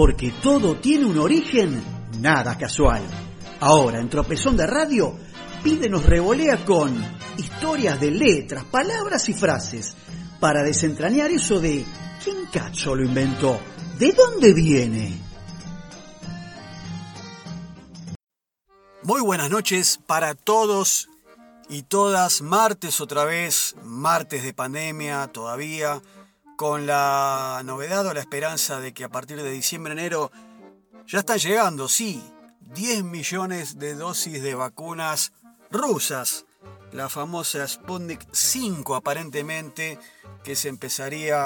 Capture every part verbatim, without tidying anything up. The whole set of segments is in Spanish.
porque todo tiene un origen nada casual. Ahora, en Tropezón de Radio, Pide nos revolea con historias de letras, palabras y frases para desentrañar eso de ¿quién cacho lo inventó? ¿De dónde viene? Muy buenas noches para todos y todas. Martes otra vez, martes de pandemia todavía, con la novedad o la esperanza de que a partir de diciembre, enero, ya están llegando, sí, diez millones de dosis de vacunas rusas. La famosa Sputnik cinco aparentemente, que se empezaría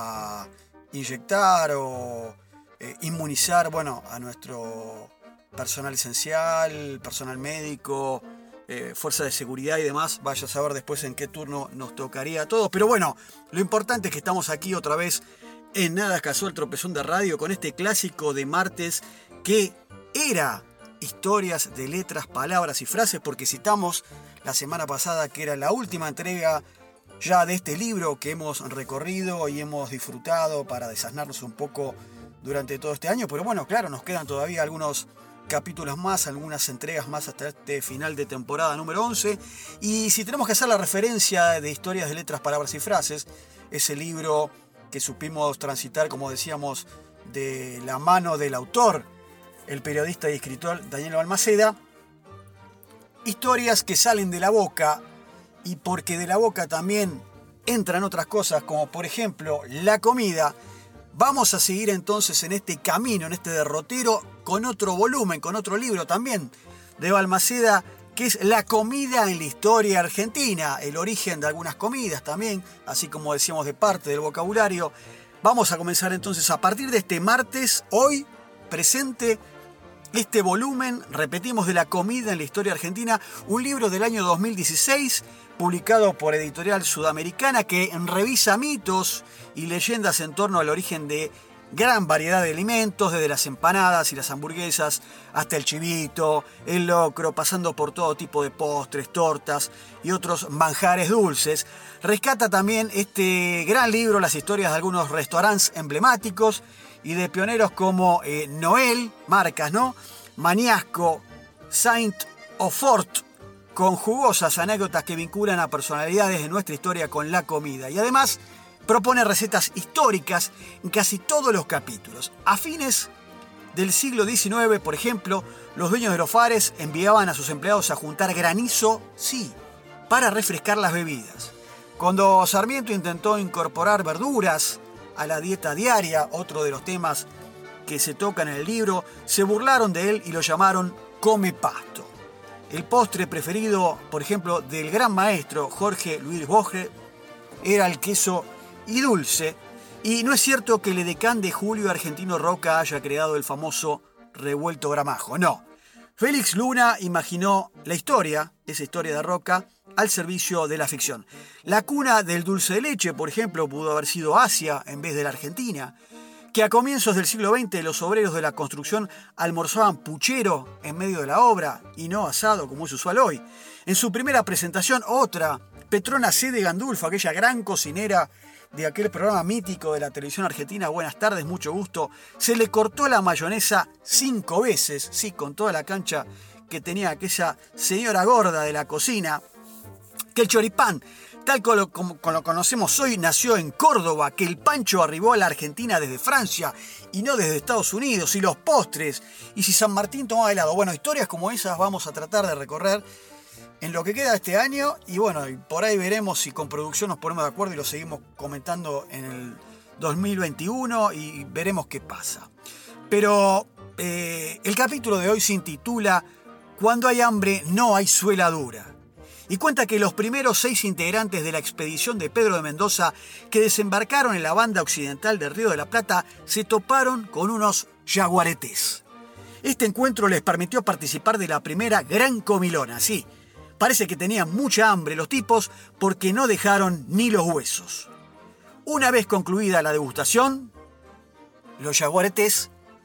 a inyectar o eh, inmunizar, bueno, a nuestro personal esencial, personal médico, eh, fuerza de seguridad y demás. Vaya a saber después en qué turno nos tocaría a todos. Pero bueno, lo importante es que estamos aquí otra vez en Nada Casual, Tropezón de Radio, con este clásico de martes que era historias de letras, palabras y frases, porque citamos la semana pasada que era la última entrega ya de este libro que hemos recorrido y hemos disfrutado para desasnarnos un poco durante todo este año. Pero bueno, claro, nos quedan todavía algunos capítulos más, algunas entregas más hasta este final de temporada número once. Y si tenemos que hacer la referencia de historias de letras, palabras y frases, ese libro que supimos transitar, como decíamos, de la mano del autor, el periodista y escritor Daniel Balmaceda, historias que salen de la boca, y porque de la boca también entran otras cosas, como por ejemplo la comida. Vamos a seguir entonces en este camino, en este derrotero, con otro volumen, con otro libro también de Balmaceda, que es La comida en la historia argentina, el origen de algunas comidas también, así como decíamos de parte del vocabulario. Vamos a comenzar entonces a partir de este martes, hoy presente, este volumen, repetimos, de La comida en la historia argentina, un libro del año dos mil dieciséis, publicado por Editorial Sudamericana, que revisa mitos y leyendas en torno al origen de gran variedad de alimentos, desde las empanadas y las hamburguesas hasta el chivito, el locro, pasando por todo tipo de postres, tortas y otros manjares dulces. Rescata también este gran libro las historias de algunos restaurantes emblemáticos y de pioneros como eh, Noel, marcas, ¿no? Maniasco, Saint o Fort, con jugosas anécdotas que vinculan a personalidades de nuestra historia con la comida. Y además propone recetas históricas en casi todos los capítulos. A fines del siglo diecinueve, por ejemplo, los dueños de los bares enviaban a sus empleados a juntar granizo, sí, para refrescar las bebidas. Cuando Sarmiento intentó incorporar verduras a la dieta diaria, otro de los temas que se tocan en el libro, se burlaron de él y lo llamaron come pasto. El postre preferido, por ejemplo, del gran maestro Jorge Luis Borges era el queso y dulce, y no es cierto que el edecán de Julio Argentino Roca haya creado el famoso revuelto gramajo, no. Félix Luna imaginó la historia, esa historia de Roca, al servicio de la ficción. La cuna del dulce de leche, por ejemplo, pudo haber sido Asia en vez de la Argentina, que a comienzos del siglo veinte los obreros de la construcción almorzaban puchero en medio de la obra y no asado como es usual hoy. En su primera presentación, otra, Petrona C. de Gandulfo, aquella gran cocinera de aquel programa mítico de la televisión argentina, Buenas tardes, mucho gusto, se le cortó la mayonesa cinco veces, sí, con toda la cancha que tenía aquella señora gorda de la cocina, que el choripán, tal como lo, como, como lo conocemos hoy, nació en Córdoba, que el pancho arribó a la Argentina desde Francia y no desde Estados Unidos, y los postres, y si San Martín tomaba helado. Bueno, historias como esas vamos a tratar de recorrer en lo que queda de este año, y bueno, por ahí veremos si con producción nos ponemos de acuerdo y lo seguimos comentando en el dos mil veintiuno y veremos qué pasa. Pero eh, el capítulo de hoy se intitula Cuando hay hambre no hay suela dura, y cuenta que los primeros seis integrantes de la expedición de Pedro de Mendoza que desembarcaron en la banda occidental del Río de la Plata se toparon con unos yaguaretés. Este encuentro les permitió participar de la primera gran comilona, sí. Parece que tenían mucha hambre los tipos porque no dejaron ni los huesos. Una vez concluida la degustación, los yaguaretés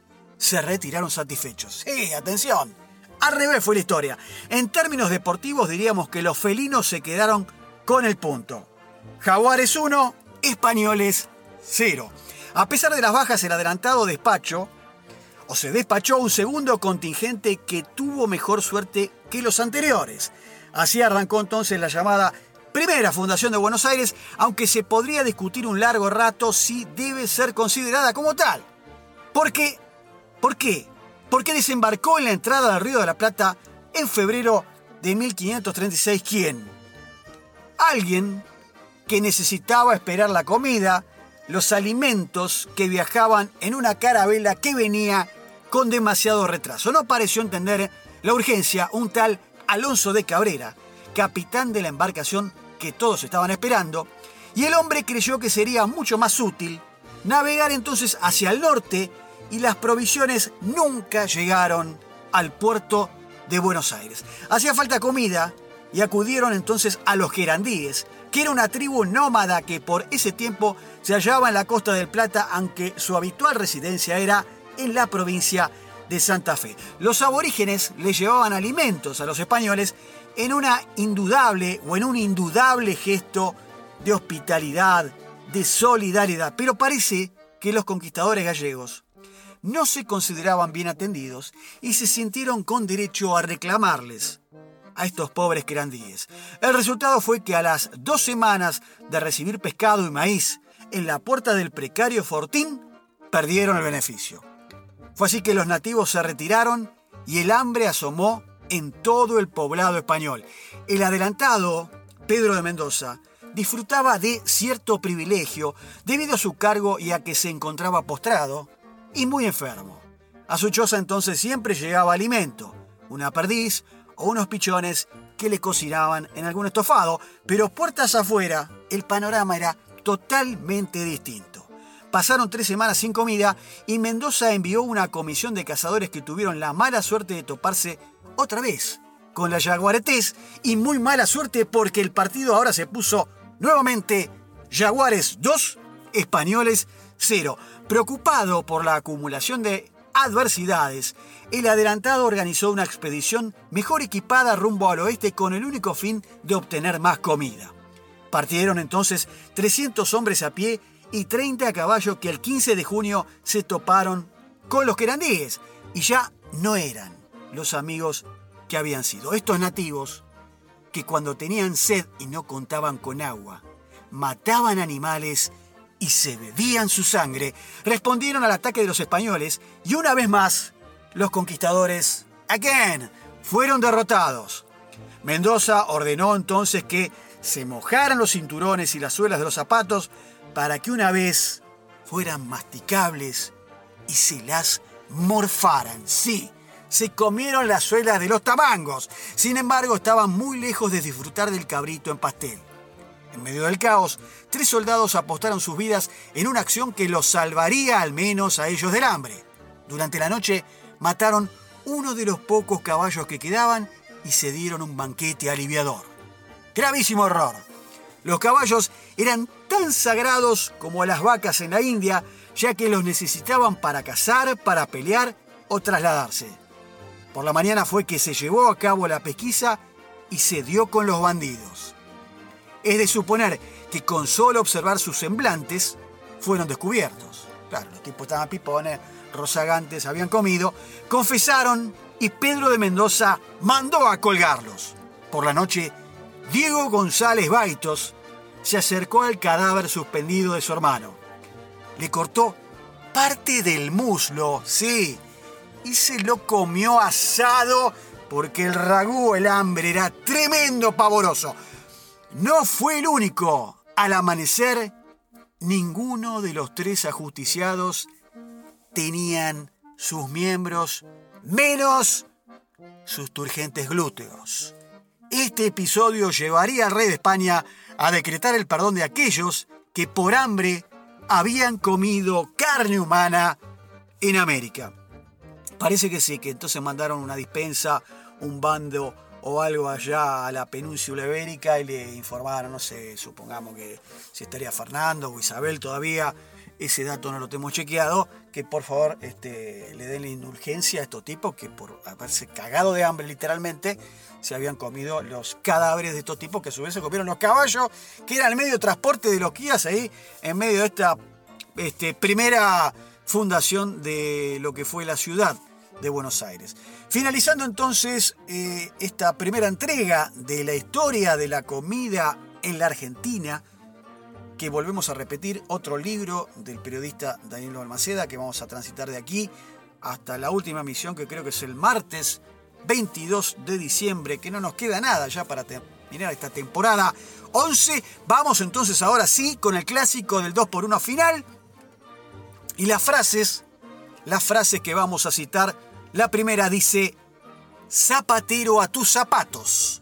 se retiraron satisfechos. Sí, atención, al revés fue la historia. En términos deportivos diríamos que los felinos se quedaron con el punto. Jaguares uno, españoles cero. A pesar de las bajas, el adelantado despacho o se despachó un segundo contingente que tuvo mejor suerte que los anteriores. Así arrancó entonces la llamada Primera Fundación de Buenos Aires, aunque se podría discutir un largo rato si debe ser considerada como tal. ¿Por qué? ¿Por qué? Porque desembarcó en la entrada del Río de la Plata en febrero de mil quinientos treinta y seis. ¿Quién? Alguien que necesitaba esperar la comida, los alimentos que viajaban en una carabela que venía con demasiado retraso. No pareció entender la urgencia un tal Alonso de Cabrera, capitán de la embarcación que todos estaban esperando, y el hombre creyó que sería mucho más útil navegar entonces hacia el norte, y las provisiones nunca llegaron al puerto de Buenos Aires. Hacía falta comida y acudieron entonces a los gerandíes, que era una tribu nómada que por ese tiempo se hallaba en la costa del Plata, aunque su habitual residencia era en la provincia de Santa Fe. Los aborígenes les llevaban alimentos a los españoles en una indudable o en un indudable gesto de hospitalidad, de solidaridad, pero parece que los conquistadores gallegos no se consideraban bien atendidos y se sintieron con derecho a reclamarles a estos pobres querandíes. El resultado fue que a las dos semanas de recibir pescado y maíz en la puerta del precario fortín, perdieron el beneficio. Fue así que los nativos se retiraron y el hambre asomó en todo el poblado español. El adelantado Pedro de Mendoza disfrutaba de cierto privilegio debido a su cargo y a que se encontraba postrado y muy enfermo. A su choza entonces siempre llegaba alimento, una perdiz o unos pichones que le cocinaban en algún estofado, pero puertas afuera el panorama era totalmente distinto. Pasaron tres semanas sin comida y Mendoza envió una comisión de cazadores que tuvieron la mala suerte de toparse otra vez con la yaguaretés, y muy mala suerte porque el partido ahora se puso nuevamente Jaguares dos, Españoles cero. Preocupado por la acumulación de adversidades, el adelantado organizó una expedición mejor equipada rumbo al oeste con el único fin de obtener más comida. Partieron entonces trescientos hombres a pie y treinta a caballo que el quince de junio se toparon con los querandíes y ya no eran los amigos que habían sido. Estos nativos, que cuando tenían sed y no contaban con agua, mataban animales y se bebían su sangre, respondieron al ataque de los españoles y una vez más los conquistadores, again, fueron derrotados. Mendoza ordenó entonces que se mojaran los cinturones y las suelas de los zapatos para que una vez fueran masticables y se las morfaran. Sí, se comieron las suelas de los tamangos. Sin embargo, estaban muy lejos de disfrutar del cabrito en pastel. En medio del caos, tres soldados apostaron sus vidas en una acción que los salvaría al menos a ellos del hambre. Durante la noche mataron uno de los pocos caballos que quedaban y se dieron un banquete aliviador. Gravísimo error. Los caballos eran tan sagrados como las vacas en la India, ya que los necesitaban para cazar, para pelear o trasladarse. Por la mañana fue que se llevó a cabo la pesquisa y se dio con los bandidos. Es de suponer que con solo observar sus semblantes fueron descubiertos. Claro, los tipos estaban pipones, rozagantes, habían comido, confesaron y Pedro de Mendoza mandó a colgarlos. Por la noche, Diego González Baitos se acercó al cadáver suspendido de su hermano. Le cortó parte del muslo, sí, y se lo comió asado porque el ragú, el hambre, era tremendo pavoroso. No fue el único. Al amanecer, ninguno de los tres ajusticiados tenían sus miembros, menos sus turgentes glúteos. Este episodio llevaría al rey de España a decretar el perdón de aquellos que por hambre habían comido carne humana en América. Parece que sí, que entonces mandaron una dispensa, un bando o algo allá a la península ibérica y le informaron, no sé, supongamos que si estaría Fernando o Isabel todavía, ese dato no lo tenemos chequeado, que por favor este, le den la indulgencia a estos tipos que por haberse cagado de hambre literalmente se habían comido los cadáveres de estos tipos que a su vez se comieron los caballos, que era el medio de transporte de los guías ahí en medio de esta este, primera fundación de lo que fue la ciudad de Buenos Aires. Finalizando entonces eh, esta primera entrega de la historia de la comida en la Argentina, que volvemos a repetir, otro libro del periodista Daniel Balmaceda, que vamos a transitar de aquí hasta la última emisión, que creo que es el martes veintidós de diciembre, que no nos queda nada ya para terminar esta temporada once. Vamos entonces ahora sí con el clásico del dos por uno final. Y las frases, las frases que vamos a citar, la primera dice: zapatero a tus zapatos.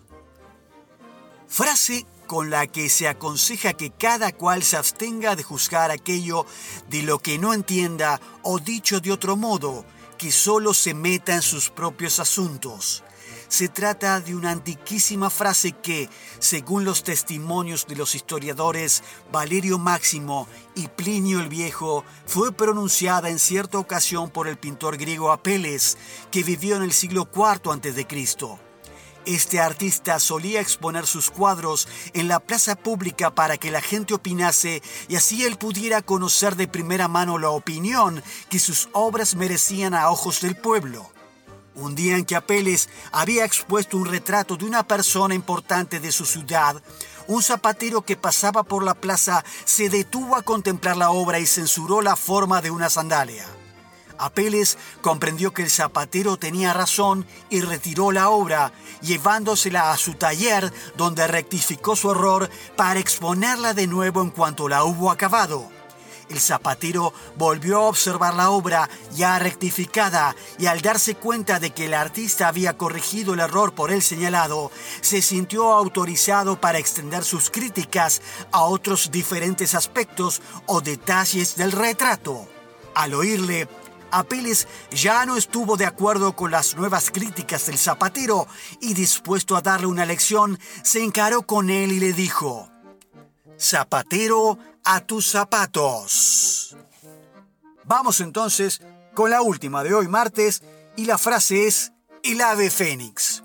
Frase con la que se aconseja que cada cual se abstenga de juzgar aquello de lo que no entienda, o dicho de otro modo, que solo se meta en sus propios asuntos. Se trata de una antiquísima frase que, según los testimonios de los historiadores Valerio Máximo y Plinio el Viejo, fue pronunciada en cierta ocasión por el pintor griego Apeles, que vivió en el siglo cuarto antes de Cristo. Este artista solía exponer sus cuadros en la plaza pública para que la gente opinase y así él pudiera conocer de primera mano la opinión que sus obras merecían a ojos del pueblo. Un día en que Apeles había expuesto un retrato de una persona importante de su ciudad, un zapatero que pasaba por la plaza se detuvo a contemplar la obra y censuró la forma de una sandalia. Apeles comprendió que el zapatero tenía razón y retiró la obra, llevándosela a su taller, donde rectificó su error para exponerla de nuevo en cuanto la hubo acabado. El zapatero volvió a observar la obra ya rectificada y al darse cuenta de que el artista había corregido el error por él señalado, se sintió autorizado para extender sus críticas a otros diferentes aspectos o detalles del retrato. Al oírle, Apeles ya no estuvo de acuerdo con las nuevas críticas del zapatero y, dispuesto a darle una lección, se encaró con él y le dijo: zapatero a tus zapatos. Vamos entonces con la última de hoy martes y la frase es el ave fénix.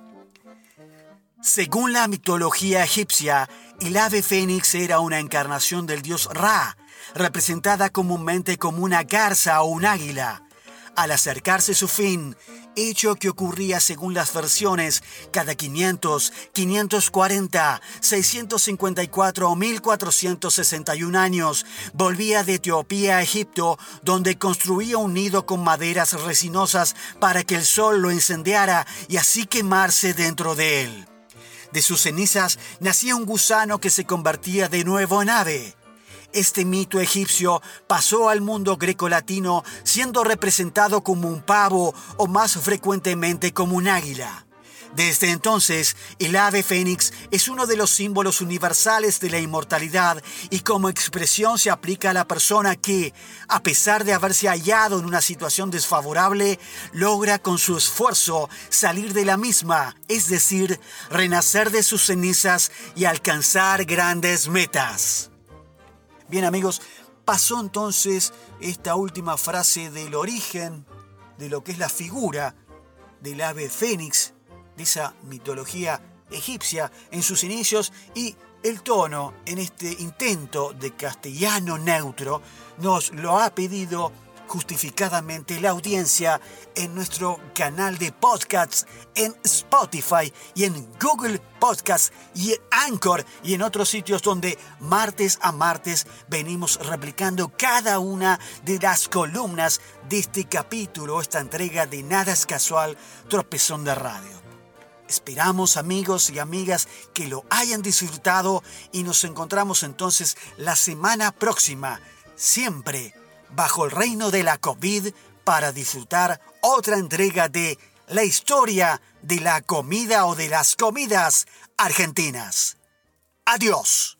Según la mitología egipcia, el ave fénix era una encarnación del dios Ra, representada comúnmente como una garza o un águila. Al acercarse su fin, hecho que ocurría según las versiones cada quinientos, quinientos cuarenta, seiscientos cincuenta y cuatro o mil cuatrocientos sesenta y un años, volvía de Etiopía a Egipto, donde construía un nido con maderas resinosas para que el sol lo incendiara y así quemarse dentro de él. De sus cenizas nacía un gusano que se convertía de nuevo en ave. Este mito egipcio pasó al mundo grecolatino siendo representado como un pavo o más frecuentemente como un águila. Desde entonces, el ave fénix es uno de los símbolos universales de la inmortalidad y como expresión se aplica a la persona que, a pesar de haberse hallado en una situación desfavorable, logra con su esfuerzo salir de la misma, es decir, renacer de sus cenizas y alcanzar grandes metas. Bien, amigos, pasó entonces esta última frase del origen de lo que es la figura del ave fénix, de esa mitología egipcia en sus inicios, y el tono en este intento de castellano neutro nos lo ha pedido justificadamente la audiencia en nuestro canal de podcasts en Spotify y en Google Podcasts y en Anchor y en otros sitios donde martes a martes venimos replicando cada una de las columnas de este capítulo, esta entrega de Nada es Casual, Tropezón de Radio. Esperamos, amigos y amigas, que lo hayan disfrutado y nos encontramos entonces la semana próxima, siempre bajo el reino de la COVID, para disfrutar otra entrega de la historia de la comida o de las comidas argentinas. Adiós.